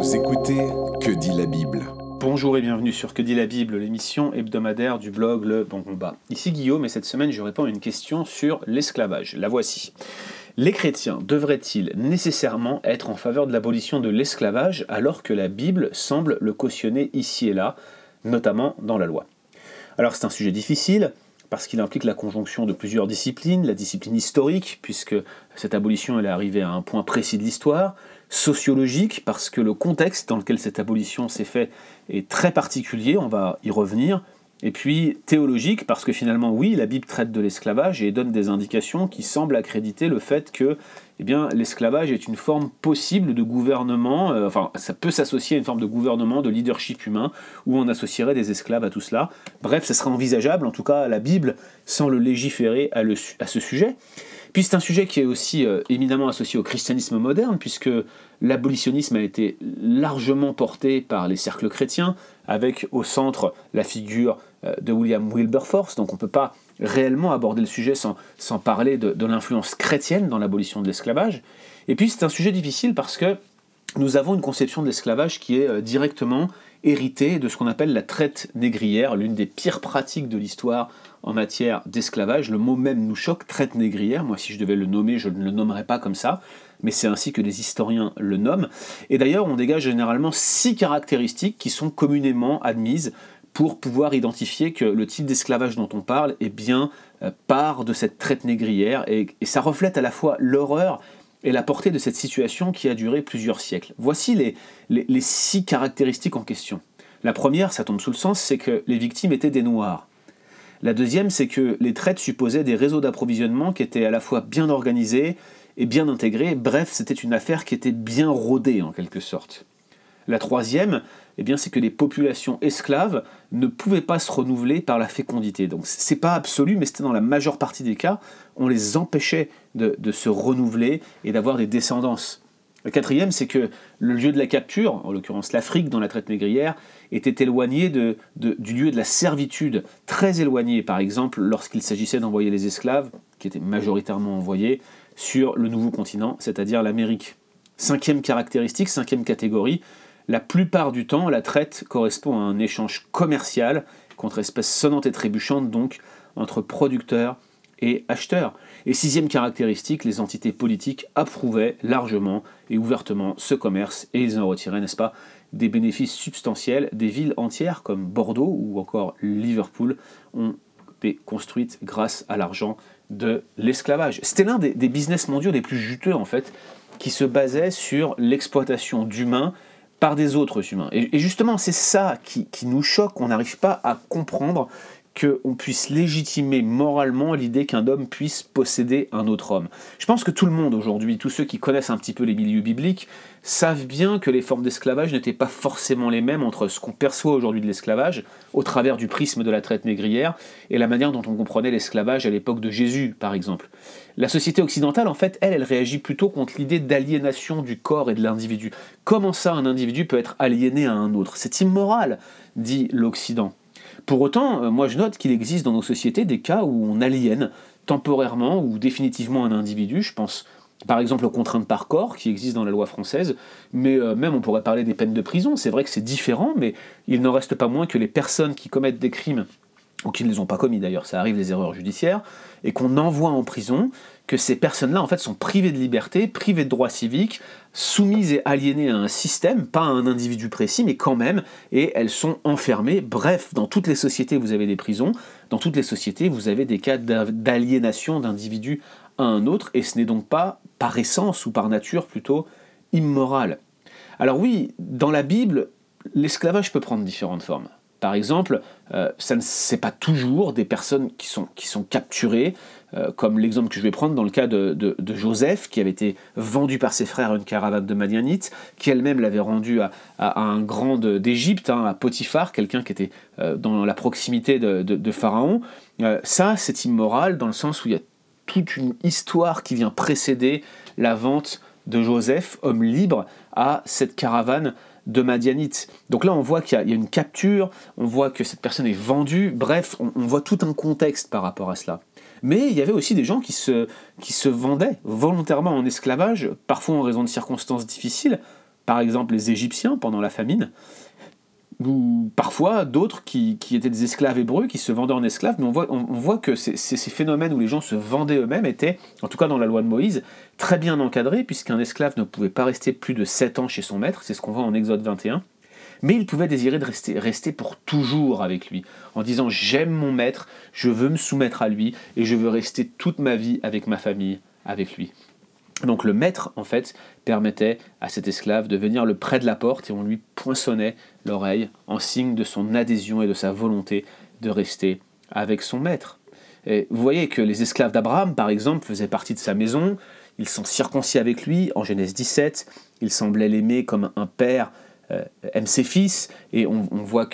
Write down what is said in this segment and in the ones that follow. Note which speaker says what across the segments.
Speaker 1: Vous écoutez Que dit la Bible ?
Speaker 2: Bonjour et bienvenue sur Que dit la Bible, l'émission hebdomadaire du blog Le Bon Combat. Ici Guillaume et cette semaine je réponds à une question sur l'esclavage. La voici. Les chrétiens devraient-ils nécessairement être en faveur de l'abolition de l'esclavage alors que la Bible semble le cautionner ici et là, notamment dans la loi ? Alors c'est un sujet difficile, parce qu'il implique la conjonction de plusieurs disciplines, la discipline historique, puisque cette abolition elle est arrivée à un point précis de l'histoire, sociologique, parce que le contexte dans lequel cette abolition s'est faite est très particulier, on va y revenir, et puis théologique, parce que finalement, oui, la Bible traite de l'esclavage et donne des indications qui semblent accréditer le fait que l'esclavage est une forme possible de gouvernement, ça peut s'associer à une forme de gouvernement, de leadership humain, où on associerait des esclaves à tout cela. Bref, ça serait envisageable, en tout cas la Bible semble légiférer à ce sujet. Puis c'est un sujet qui est aussi éminemment associé au christianisme moderne, puisque l'abolitionnisme a été largement porté par les cercles chrétiens, avec au centre la figure de William Wilberforce, donc on ne peut pas réellement aborder le sujet sans parler de l'influence chrétienne dans l'abolition de l'esclavage. Et puis c'est un sujet difficile parce que nous avons une conception de l'esclavage qui est directement héritée de ce qu'on appelle la traite négrière, l'une des pires pratiques de l'histoire en matière d'esclavage. Le mot même nous choque, traite négrière. Moi, si je devais le nommer, je ne le nommerais pas comme ça, mais c'est ainsi que les historiens le nomment. Et d'ailleurs, on dégage généralement 6 caractéristiques qui sont communément admises pour pouvoir identifier que le type d'esclavage dont on parle part de cette traite négrière, et ça reflète à la fois l'horreur et la portée de cette situation qui a duré plusieurs siècles. Voici les 6 caractéristiques en question. La première, ça tombe sous le sens, c'est que les victimes étaient des Noirs. La deuxième, c'est que les traites supposaient des réseaux d'approvisionnement qui étaient à la fois bien organisés et bien intégrés. Bref, c'était une affaire qui était bien rodée en quelque sorte. La troisième, c'est que les populations esclaves ne pouvaient pas se renouveler par la fécondité. Donc c'est pas absolu, mais c'était dans la majeure partie des cas, on les empêchait de se renouveler et d'avoir des descendances. Le quatrième, c'est que le lieu de la capture, en l'occurrence l'Afrique dans la traite négrière, était éloigné du lieu de la servitude, très éloigné, par exemple lorsqu'il s'agissait d'envoyer les esclaves, qui étaient majoritairement envoyés, sur le nouveau continent, c'est-à-dire l'Amérique. Cinquième caractéristique, cinquième catégorie, la plupart du temps, la traite correspond à un échange commercial, contre espèces sonnantes et trébuchantes donc, entre producteurs et acheteurs. Et sixième caractéristique, les entités politiques approuvaient largement et ouvertement ce commerce, et ils en retiraient, n'est-ce pas, des bénéfices substantiels. Des villes entières comme Bordeaux ou encore Liverpool ont été construites grâce à l'argent de l'esclavage. C'était l'un des business mondiaux les plus juteux en fait, qui se basait sur l'exploitation d'humains par des autres humains. Et justement, c'est ça qui nous choque, on n'arrive pas à comprendre qu'on puisse légitimer moralement l'idée qu'un homme puisse posséder un autre homme. Je pense que tout le monde aujourd'hui, tous ceux qui connaissent un petit peu les milieux bibliques, savent bien que les formes d'esclavage n'étaient pas forcément les mêmes entre ce qu'on perçoit aujourd'hui de l'esclavage, au travers du prisme de la traite négrière, et la manière dont on comprenait l'esclavage à l'époque de Jésus, par exemple. La société occidentale, en fait, elle réagit plutôt contre l'idée d'aliénation du corps et de l'individu. Comment ça, un individu peut être aliéné à un autre ? C'est immoral, dit l'Occident. Pour autant, moi je note qu'il existe dans nos sociétés des cas où on aliène temporairement ou définitivement un individu. Je pense par exemple aux contraintes par corps qui existent dans la loi française, mais même on pourrait parler des peines de prison. C'est vrai que c'est différent, mais il n'en reste pas moins que les personnes qui commettent des crimes, ou qui ne les ont pas commis d'ailleurs, ça arrive des erreurs judiciaires, et qu'on envoie en prison, que ces personnes-là en fait sont privées de liberté, privées de droits civiques, soumises et aliénées à un système, pas à un individu précis, mais quand même, et elles sont enfermées. Bref, dans toutes les sociétés vous avez des prisons, dans toutes les sociétés vous avez des cas d'aliénation d'individus à un autre, et ce n'est donc pas par essence ou par nature plutôt immoral. Alors oui, dans la Bible, l'esclavage peut prendre différentes formes. Par exemple, c'est pas toujours des personnes qui sont capturées, comme l'exemple que je vais prendre dans le cas de Joseph, qui avait été vendu par ses frères à une caravane de Madianites, qui elle-même l'avait rendu à un grand d'Égypte, à Potiphar, quelqu'un qui était dans la proximité de Pharaon. Ça, c'est immoral dans le sens où il y a toute une histoire qui vient précéder la vente de Joseph, homme libre, à cette caravane de Madianites. Donc là, on voit qu'il y a une capture, on voit que cette personne est vendue, bref, on voit tout un contexte par rapport à cela. Mais il y avait aussi des gens qui se vendaient volontairement en esclavage, parfois en raison de circonstances difficiles, par exemple les Égyptiens pendant la famine, ou parfois d'autres qui étaient des esclaves hébreux, qui se vendaient en esclaves, mais on voit que ces phénomènes où les gens se vendaient eux-mêmes étaient, en tout cas dans la loi de Moïse, très bien encadrés, puisqu'un esclave ne pouvait pas rester plus de 7 ans chez son maître, c'est ce qu'on voit en Exode 21, mais il pouvait désirer de rester pour toujours avec lui, en disant « j'aime mon maître, je veux me soumettre à lui, et je veux rester toute ma vie avec ma famille, avec lui ». Donc le maître, en fait, permettait à cet esclave de venir le près de la porte et on lui poinçonnait l'oreille en signe de son adhésion et de sa volonté de rester avec son maître. Et vous voyez que les esclaves d'Abraham, par exemple, faisaient partie de sa maison, ils sont circoncis avec lui, en Genèse 17, il semblait l'aimer comme un père aime ses fils, et on voit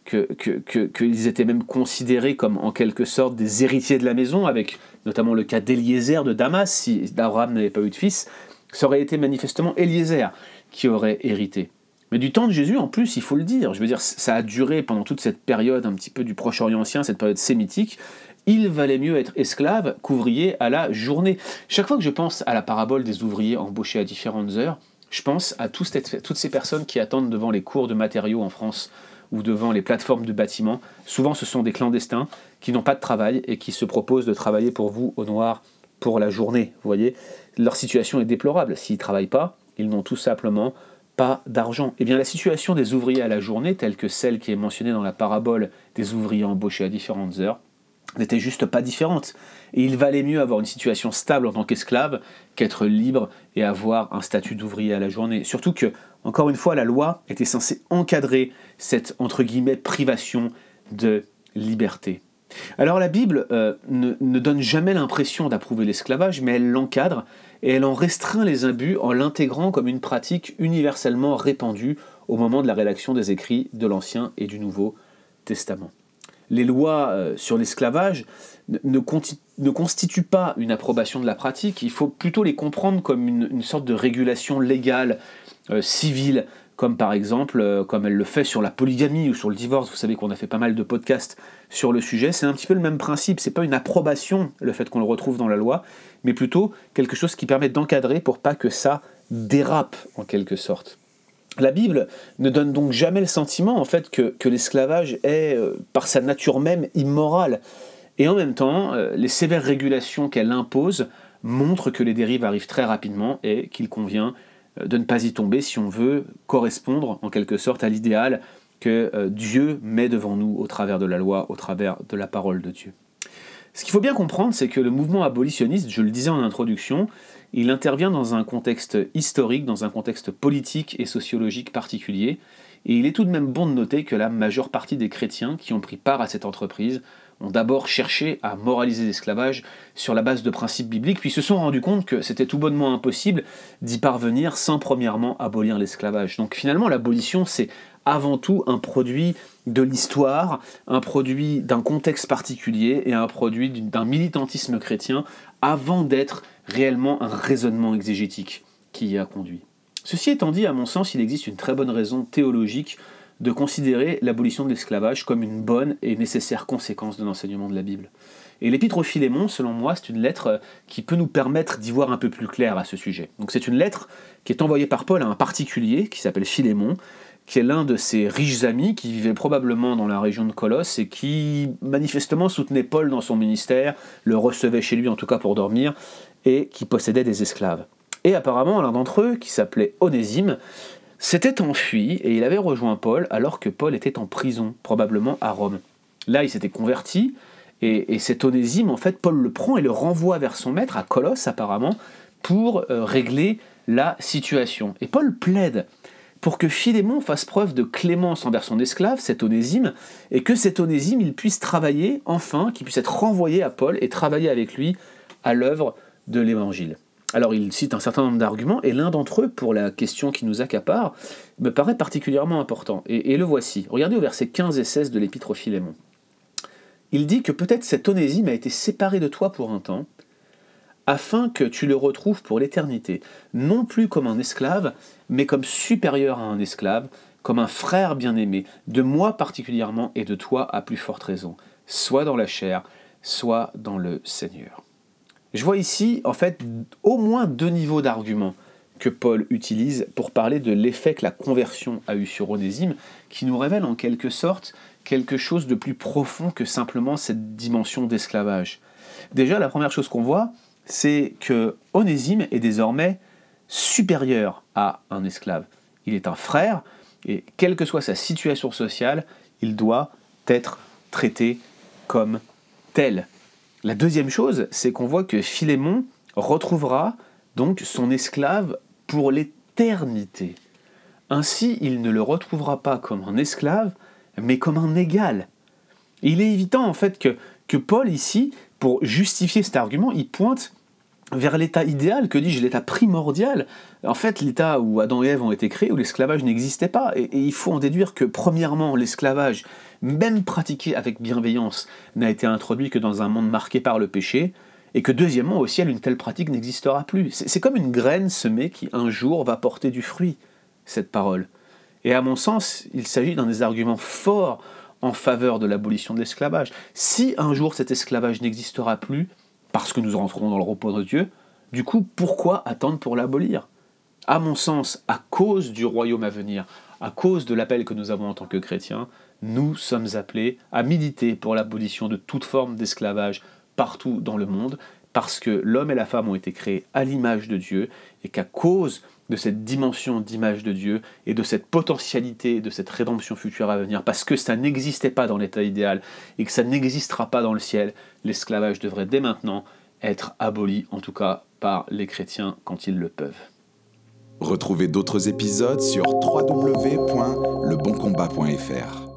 Speaker 2: qu'ils étaient même considérés comme en quelque sorte des héritiers de la maison, avec notamment le cas d'Éliézer de Damas. Si Abraham n'avait pas eu de fils, ça aurait été manifestement Éliézer qui aurait hérité. Mais du temps de Jésus, en plus, il faut le dire, je veux dire, ça a duré pendant toute cette période un petit peu du Proche-Orient ancien, cette période sémitique. Il valait mieux être esclave qu'ouvrier à la journée. Chaque fois que je pense à la parabole des ouvriers embauchés à différentes heures, je pense à toutes ces personnes qui attendent devant les cours de matériaux en France ou devant les plateformes de bâtiments. Souvent, ce sont des clandestins qui n'ont pas de travail et qui se proposent de travailler pour vous au noir pour la journée. Vous voyez, leur situation est déplorable. S'ils ne travaillent pas, ils n'ont tout simplement pas d'argent. Eh bien, la situation des ouvriers à la journée, telle que celle qui est mentionnée dans la parabole des ouvriers embauchés à différentes heures, n'était juste pas différente. Et il valait mieux avoir une situation stable en tant qu'esclave qu'être libre et avoir un statut d'ouvrier à la journée. Surtout que, encore une fois, la loi était censée encadrer cette, entre guillemets, privation de liberté. Alors la Bible ne donne jamais l'impression d'approuver l'esclavage, mais elle l'encadre et elle en restreint les abus en l'intégrant comme une pratique universellement répandue au moment de la rédaction des écrits de l'Ancien et du Nouveau Testament. Les lois sur l'esclavage ne constituent pas une approbation de la pratique, il faut plutôt les comprendre comme une sorte de régulation légale, civile, comme par exemple, comme elle le fait sur la polygamie ou sur le divorce. Vous savez qu'on a fait pas mal de podcasts sur le sujet, c'est un petit peu le même principe, c'est pas une approbation le fait qu'on le retrouve dans la loi, mais plutôt quelque chose qui permet d'encadrer pour pas que ça dérape en quelque sorte. La Bible ne donne donc jamais le sentiment en fait que l'esclavage est, par sa nature même, immoral. Et en même temps, les sévères régulations qu'elle impose montrent que les dérives arrivent très rapidement et qu'il convient de ne pas y tomber si on veut correspondre en quelque sorte à l'idéal que Dieu met devant nous au travers de la loi, au travers de la parole de Dieu. Ce qu'il faut bien comprendre, c'est que le mouvement abolitionniste, je le disais en introduction, il intervient dans un contexte historique, dans un contexte politique et sociologique particulier, et il est tout de même bon de noter que la majeure partie des chrétiens qui ont pris part à cette entreprise ont d'abord cherché à moraliser l'esclavage sur la base de principes bibliques, puis se sont rendus compte que c'était tout bonnement impossible d'y parvenir sans premièrement abolir l'esclavage. Donc finalement, l'abolition, c'est avant tout un produit de l'histoire, un produit d'un contexte particulier et un produit d'un militantisme chrétien avant d'être réellement un raisonnement exégétique qui y a conduit. Ceci étant dit, à mon sens, il existe une très bonne raison théologique de considérer l'abolition de l'esclavage comme une bonne et nécessaire conséquence de l'enseignement de la Bible. Et l'épître au Philémon, selon moi, c'est une lettre qui peut nous permettre d'y voir un peu plus clair à ce sujet. Donc c'est une lettre qui est envoyée par Paul à un particulier qui s'appelle Philémon, qui est l'un de ses riches amis, qui vivait probablement dans la région de Colosse et qui manifestement soutenait Paul dans son ministère, le recevait chez lui en tout cas pour dormir, et qui possédait des esclaves. Et apparemment, l'un d'entre eux, qui s'appelait Onésime, s'était enfui et il avait rejoint Paul alors que Paul était en prison, probablement à Rome. Là, il s'était converti, et cet Onésime, en fait, Paul le prend et le renvoie vers son maître, à Colosse apparemment, pour régler la situation. Et Paul plaide pour que Philémon fasse preuve de clémence envers son esclave, cet Onésime, et que cet Onésime, il puisse travailler, enfin, qu'il puisse être renvoyé à Paul et travailler avec lui à l'œuvre de l'Évangile. Alors il cite un certain nombre d'arguments, et l'un d'entre eux, pour la question qui nous accapare, me paraît particulièrement important, et le voici. Regardez au verset 15 et 16 de l'Épître au Philémon. Il dit que peut-être cet Onésime a été séparé de toi pour un temps, afin que tu le retrouves pour l'éternité, non plus comme un esclave, mais comme supérieur à un esclave, comme un frère bien-aimé, de moi particulièrement et de toi à plus forte raison, soit dans la chair, soit dans le Seigneur. Je vois ici, en fait, au moins deux niveaux d'arguments que Paul utilise pour parler de l'effet que la conversion a eu sur Onésime, qui nous révèle en quelque sorte quelque chose de plus profond que simplement cette dimension d'esclavage. Déjà, la première chose qu'on voit, c'est que Onésime est désormais supérieur à un esclave. Il est un frère, et quelle que soit sa situation sociale, il doit être traité comme tel. La deuxième chose, c'est qu'on voit que Philémon retrouvera donc son esclave pour l'éternité. Ainsi, il ne le retrouvera pas comme un esclave, mais comme un égal. Et il est évident en fait que Paul ici, pour justifier cet argument, il pointe vers l'état idéal, que dis-je, l'état primordial, en fait l'état où Adam et Ève ont été créés, où l'esclavage n'existait pas. Et il faut en déduire que premièrement, l'esclavage, même pratiqué avec bienveillance, n'a été introduit que dans un monde marqué par le péché, et que deuxièmement, au ciel, une telle pratique n'existera plus. C'est comme une graine semée qui un jour va porter du fruit, cette parole. Et à mon sens, il s'agit d'un des arguments forts en faveur de l'abolition de l'esclavage. Si un jour cet esclavage n'existera plus, parce que nous rentrerons dans le repos de Dieu, du coup, pourquoi attendre pour l'abolir ? À mon sens, à cause du royaume à venir, à cause de l'appel que nous avons en tant que chrétiens, nous sommes appelés à militer pour l'abolition de toute forme d'esclavage partout dans le monde, parce que l'homme et la femme ont été créés à l'image de Dieu, et qu'à cause de cette dimension d'image de Dieu, et de cette potentialité, de cette rédemption future à venir, parce que ça n'existait pas dans l'état idéal, et que ça n'existera pas dans le ciel, l'esclavage devrait dès maintenant être aboli, en tout cas par les chrétiens quand ils le peuvent.
Speaker 1: Retrouvez d'autres épisodes sur www.leboncombat.fr.